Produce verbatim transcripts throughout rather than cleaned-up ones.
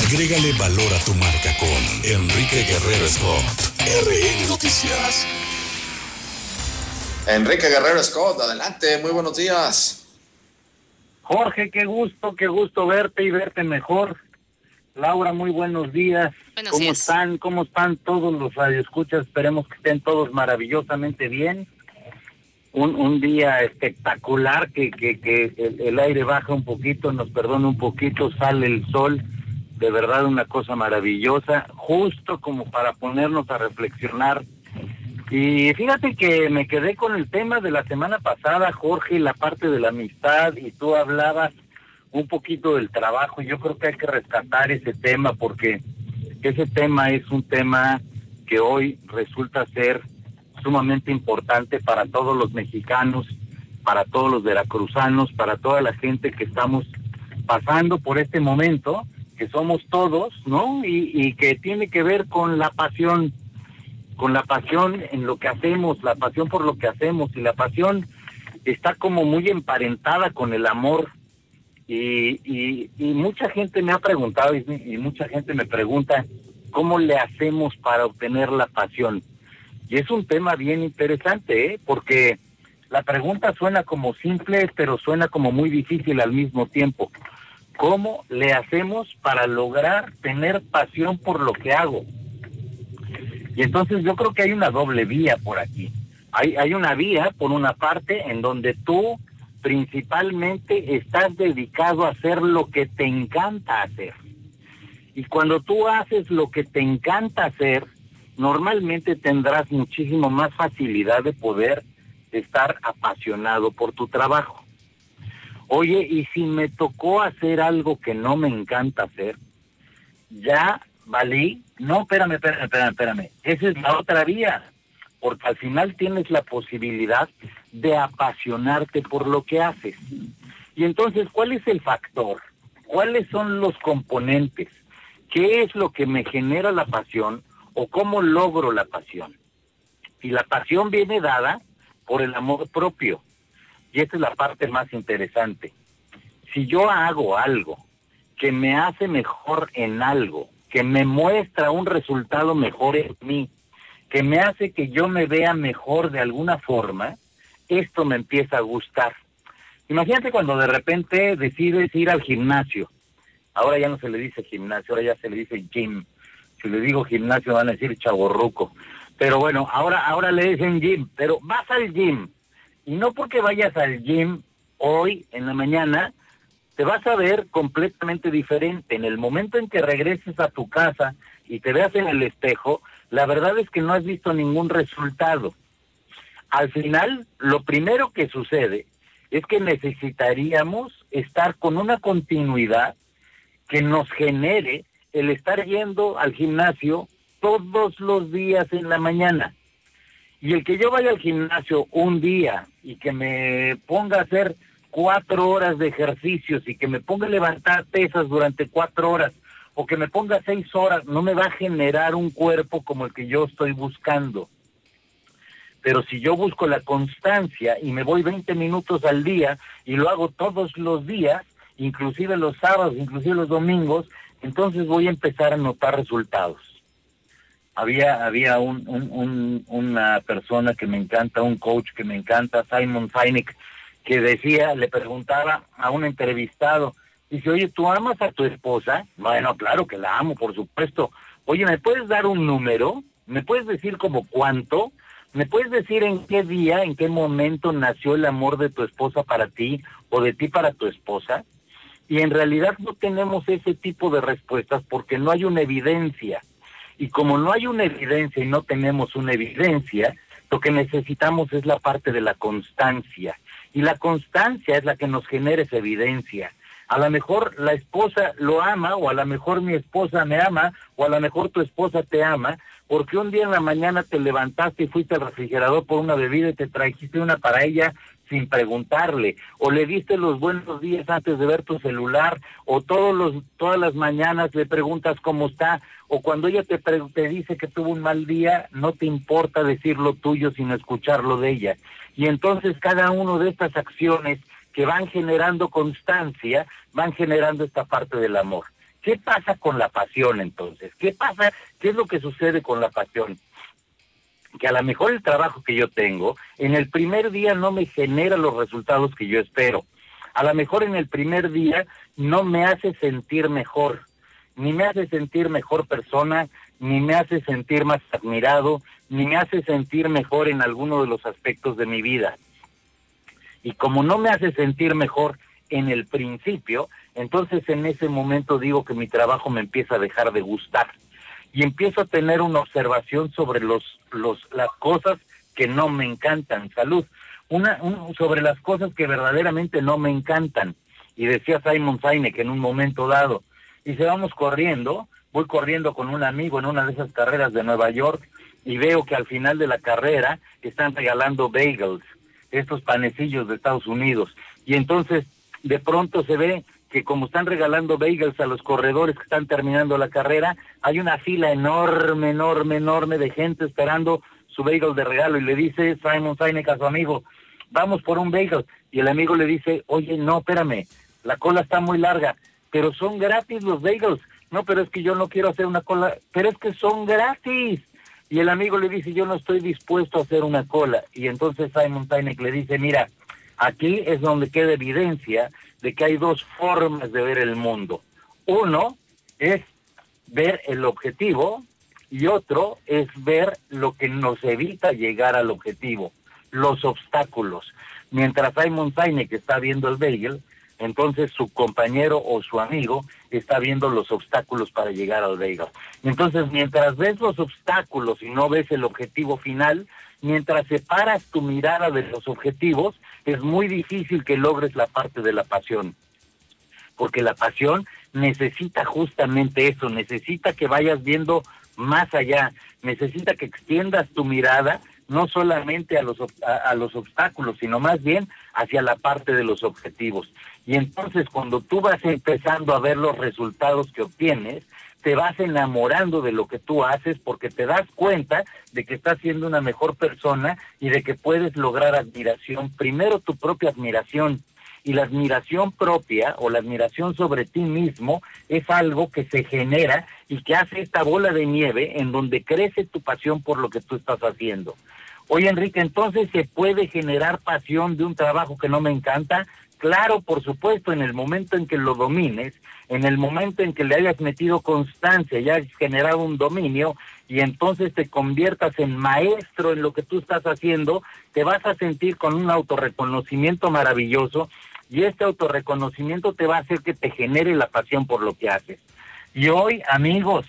Agrégale valor a tu marca con Enrique Guerrero Scott. R N Noticias. Enrique Guerrero Scott, adelante, muy buenos días. Jorge, qué gusto, qué gusto verte y verte mejor. Laura, muy buenos días. Buenos ¿Cómo días. están? ¿Cómo están todos los radioescuchas? Esperemos que estén todos maravillosamente bien. Un, un día espectacular, que, que, que el, el aire baja un poquito, nos perdona un poquito, sale el sol. De verdad una cosa maravillosa, justo como para ponernos a reflexionar. Y fíjate que me quedé con el tema de la semana pasada, Jorge, la parte de la amistad, y tú hablabas un poquito del trabajo. Yo creo que hay que rescatar ese tema porque ese tema es un tema que hoy resulta ser sumamente importante para todos los mexicanos, para todos los veracruzanos, para toda la gente que estamos pasando por este momento, que somos todos, ¿no? Y, y que tiene que ver con la pasión, con la pasión en lo que hacemos, la pasión por lo que hacemos, y la pasión está como muy emparentada con el amor. Y, y, y mucha gente me ha preguntado, y, y mucha gente me pregunta, ¿cómo le hacemos para obtener la pasión? Y es un tema bien interesante, ¿eh? Porque la pregunta suena como simple, pero suena como muy difícil al mismo tiempo. ¿Cómo le hacemos para lograr tener pasión por lo que hago? Y entonces yo creo que hay una doble vía por aquí. Hay, hay una vía, por una parte, en donde tú principalmente estás dedicado a hacer lo que te encanta hacer. Y cuando tú haces lo que te encanta hacer, normalmente tendrás muchísimo más facilidad de poder estar apasionado por tu trabajo. Oye, y si me tocó hacer algo que no me encanta hacer, ya valí. No, espérame, espérame, espérame, espérame. Esa es la otra vía, porque al final tienes la posibilidad de apasionarte por lo que haces. Y entonces, ¿cuál es el factor? ¿Cuáles son los componentes? ¿Qué es lo que me genera la pasión o cómo logro la pasión? Y la pasión viene dada por el amor propio. Y esta es la parte más interesante. Si yo hago algo que me hace mejor en algo, que me muestra un resultado mejor en mí, que me hace que yo me vea mejor de alguna forma, esto me empieza a gustar. Imagínate cuando de repente decides ir al gimnasio. Ahora ya no se le dice gimnasio, ahora ya se le dice gym. Si le digo gimnasio van a decir chavorruco. Pero bueno, ahora, ahora le dicen gym, pero vas al gym. Y no porque vayas al gym hoy, en la mañana, te vas a ver completamente diferente. En el momento en que regreses a tu casa y te veas en el espejo, la verdad es que no has visto ningún resultado. Al final, lo primero que sucede es que necesitaríamos estar con una continuidad que nos genere el estar yendo al gimnasio todos los días en la mañana. Y el que yo vaya al gimnasio un día y que me ponga a hacer cuatro horas de ejercicios y que me ponga a levantar pesas durante cuatro horas o que me ponga seis horas, no me va a generar un cuerpo como el que yo estoy buscando. Pero si yo busco la constancia y me voy veinte minutos al día y lo hago todos los días, inclusive los sábados, inclusive los domingos, entonces voy a empezar a notar resultados. Había había un, un, un, una persona que me encanta, un coach que me encanta, Simon Sinek, que decía, le preguntaba a un entrevistado, dice, oye, ¿tú amas a tu esposa? Bueno, claro que la amo, por supuesto. Oye, ¿me puedes dar un número? ¿Me puedes decir como cuánto? ¿Me puedes decir en qué día, en qué momento nació el amor de tu esposa para ti o de ti para tu esposa? Y en realidad no tenemos ese tipo de respuestas porque no hay una evidencia. Y como no hay una evidencia y no tenemos una evidencia, lo que necesitamos es la parte de la constancia. Y la constancia es la que nos genera esa evidencia. A lo mejor la esposa lo ama, o a lo mejor mi esposa me ama, o a lo mejor tu esposa te ama, porque un día en la mañana te levantaste y fuiste al refrigerador por una bebida y te trajiste una para ella sin preguntarle, o le diste los buenos días antes de ver tu celular, o todos los todas las mañanas le preguntas cómo está, o cuando ella te, pre- te dice que tuvo un mal día, no te importa decir lo tuyo sino escucharlo de ella. Y entonces cada una de estas acciones que van generando constancia, van generando esta parte del amor. ¿Qué pasa con la pasión entonces? ¿Qué pasa? ¿Qué es lo que sucede con la pasión? Que a lo mejor el trabajo que yo tengo, en el primer día no me genera los resultados que yo espero. A lo mejor en el primer día no me hace sentir mejor, ni me hace sentir mejor persona, ni me hace sentir más admirado, ni me hace sentir mejor en alguno de los aspectos de mi vida. Y como no me hace sentir mejor en el principio, entonces en ese momento digo que mi trabajo me empieza a dejar de gustar. Y empiezo a tener una observación sobre los, los, las cosas que no me encantan. Salud. Una, un, sobre las cosas que verdaderamente no me encantan. Y decía Simon Sinek en un momento dado, dice, vamos corriendo, voy corriendo con un amigo en una de esas carreras de Nueva York, y veo que al final de la carrera están regalando bagels, estos panecillos de Estados Unidos. Y entonces, de pronto se ve que como están regalando bagels a los corredores que están terminando la carrera, hay una fila enorme, enorme, enorme de gente esperando su bagel de regalo, y le dice Simon Sinek a su amigo, vamos por un bagel, y el amigo le dice, oye, no, espérame, la cola está muy larga, pero son gratis los bagels. No, pero es que yo no quiero hacer una cola, pero es que son gratis. Y el amigo le dice, yo no estoy dispuesto a hacer una cola. Y entonces Simon Sinek le dice, mira, aquí es donde queda evidencia de que hay dos formas de ver el mundo. Uno es ver el objetivo y otro es ver lo que nos evita llegar al objetivo, los obstáculos. Mientras Simon Sinek está viendo el bagel, entonces su compañero o su amigo está viendo los obstáculos para llegar al bagel. Entonces, mientras ves los obstáculos y no ves el objetivo final, mientras separas tu mirada de los objetivos, es muy difícil que logres la parte de la pasión. Porque la pasión necesita justamente eso, necesita que vayas viendo más allá, necesita que extiendas tu mirada no solamente a los, a, a los obstáculos, sino más bien hacia la parte de los objetivos. Y entonces cuando tú vas empezando a ver los resultados que obtienes, te vas enamorando de lo que tú haces porque te das cuenta de que estás siendo una mejor persona y de que puedes lograr admiración, primero tu propia admiración. Y la admiración propia o la admiración sobre ti mismo es algo que se genera y que hace esta bola de nieve en donde crece tu pasión por lo que tú estás haciendo. Oye, Enrique, entonces, ¿se puede generar pasión de un trabajo que no me encanta? Claro, por supuesto, en el momento en que lo domines, en el momento en que le hayas metido constancia y hayas generado un dominio y entonces te conviertas en maestro en lo que tú estás haciendo, te vas a sentir con un autorreconocimiento maravilloso y este autorreconocimiento te va a hacer que te genere la pasión por lo que haces. Y hoy, amigos,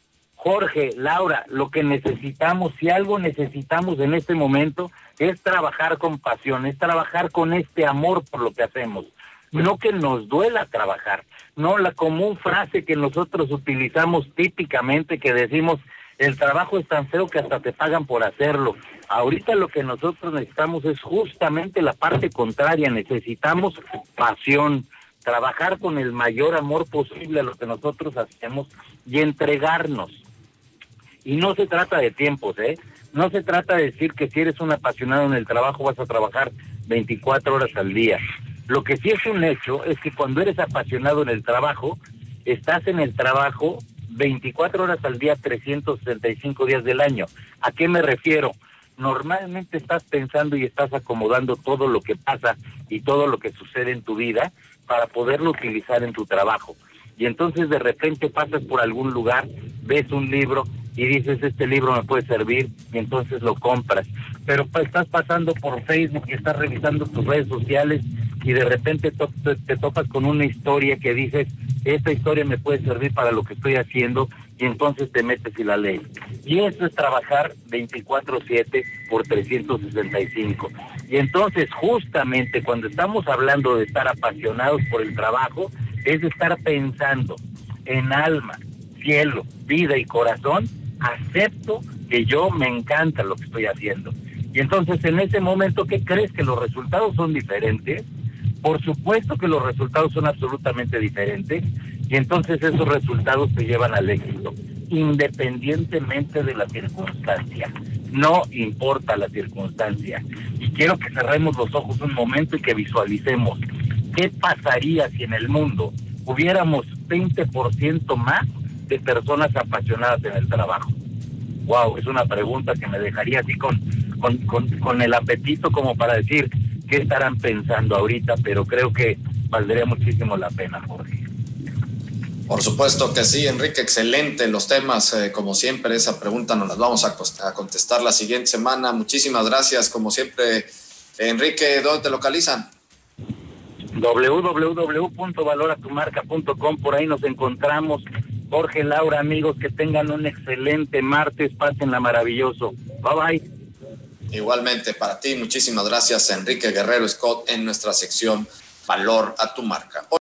Jorge, Laura, lo que necesitamos, si algo necesitamos en este momento, es trabajar con pasión, es trabajar con este amor por lo que hacemos. No que nos duela trabajar, no la común frase que nosotros utilizamos típicamente que decimos, el trabajo es tan feo que hasta te pagan por hacerlo. Ahorita lo que nosotros necesitamos es justamente la parte contraria, necesitamos pasión, trabajar con el mayor amor posible a lo que nosotros hacemos y entregarnos. Y no se trata de tiempos, ¿eh? No se trata de decir que si eres un apasionado en el trabajo vas a trabajar veinticuatro horas al día. Lo que sí es un hecho es que cuando eres apasionado en el trabajo, estás en el trabajo veinticuatro horas al día, trescientos sesenta y cinco días del año. ¿A qué me refiero? Normalmente estás pensando y estás acomodando todo lo que pasa y todo lo que sucede en tu vida para poderlo utilizar en tu trabajo. Y entonces de repente pasas por algún lugar, ves un libro y dices, este libro me puede servir, y entonces lo compras. Pero pues, estás pasando por Facebook y estás revisando tus redes sociales y de repente to- te, te topas con una historia que dices, esta historia me puede servir para lo que estoy haciendo, y entonces te metes y la lees. Y eso es trabajar veinticuatro siete por trescientos sesenta y cinco. Y entonces justamente cuando estamos hablando de estar apasionados por el trabajo, es de estar pensando en alma, cielo, vida y corazón, acepto que yo me encanta lo que estoy haciendo. Y entonces en ese momento, ¿qué crees? ¿Que los resultados son diferentes? Por supuesto que los resultados son absolutamente diferentes, y entonces esos resultados te llevan al éxito, independientemente de la circunstancia. No importa la circunstancia. Y quiero que cerremos los ojos un momento y que visualicemos qué pasaría si en el mundo hubiéramos veinte por ciento más de personas apasionadas en el trabajo? Wow, es una pregunta que me dejaría así con, con, con, con el apetito como para decir qué estarán pensando ahorita, pero creo que valdría muchísimo la pena, Jorge. Por supuesto que sí, Enrique, excelente los temas, eh, como siempre, esa pregunta nos las vamos a, a contestar la siguiente semana. Muchísimas gracias, como siempre. Enrique, ¿dónde te localizan? doble u doble u doble u punto valora tu marca punto com, por ahí nos encontramos. Jorge, Laura, amigos, que tengan un excelente martes, pásenla maravilloso. Bye bye. Igualmente para ti, muchísimas gracias, Enrique Guerrero Scott, en nuestra sección Valor a tu Marca.